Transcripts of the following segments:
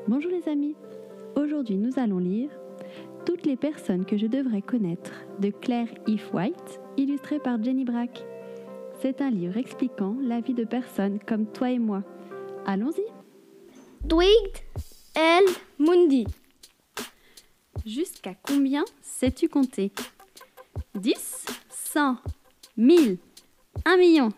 Bonjour les amis, aujourd'hui nous allons lire Toutes les personnes que je devrais connaître de Claire If White, illustré par Jenny Brack. C'est un livre expliquant la vie de personnes comme toi et moi. Allons-y. Dwight L. Mundy. Jusqu'à combien sais-tu compter ? 10, 100, 1000, 1 million.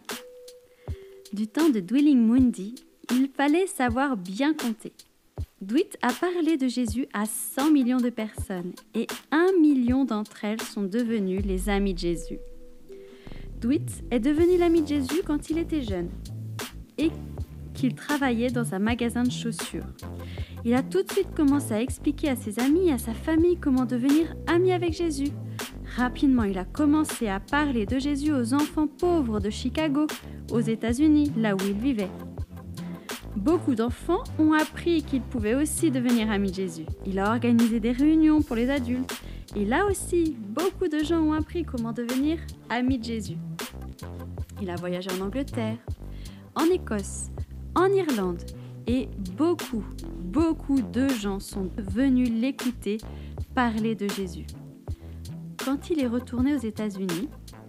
Du temps de Dwelling Mundy, il fallait savoir bien compter. Dwight a parlé de Jésus à 100 millions de personnes et 1 million d'entre elles sont devenues les amies de Jésus. Dwight est devenu l'ami de Jésus quand il était jeune et qu'il travaillait dans un magasin de chaussures. Il a tout de suite commencé à expliquer à ses amis et à sa famille comment devenir ami avec Jésus. Rapidement, il a commencé à parler de Jésus aux enfants pauvres de Chicago, aux États-Unis, là où il vivait. Beaucoup d'enfants ont appris qu'ils pouvaient aussi devenir amis de Jésus. Il a organisé des réunions pour les adultes. Et là aussi, beaucoup de gens ont appris comment devenir amis de Jésus. Il a voyagé en Angleterre, en Écosse, en Irlande. Et beaucoup de gens sont venus l'écouter parler de Jésus. Quand il est retourné aux États-Unis,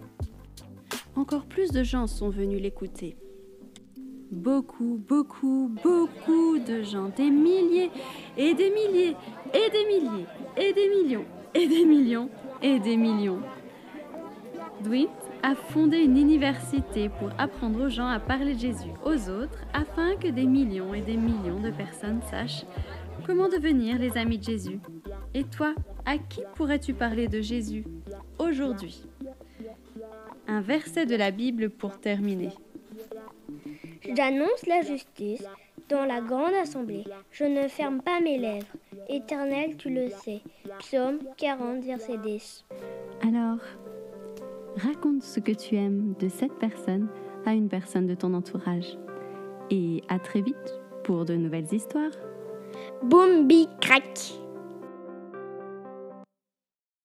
encore plus de gens sont venus l'écouter. Beaucoup de gens, des milliers et des milliers et des milliers et des millions et des millions et des millions. Dwight a fondé une université pour apprendre aux gens à parler de Jésus aux autres afin que des millions et des millions de personnes sachent comment devenir les amis de Jésus. Et toi, à qui pourrais-tu parler de Jésus aujourd'hui ? Un verset de la Bible pour terminer. J'annonce la justice dans la grande assemblée. Je ne ferme pas mes lèvres. Éternel, tu le sais. Psaume 40, verset 10. Alors, raconte ce que tu aimes de cette personne à une personne de ton entourage. Et à très vite pour de nouvelles histoires. Boum, bi, crac.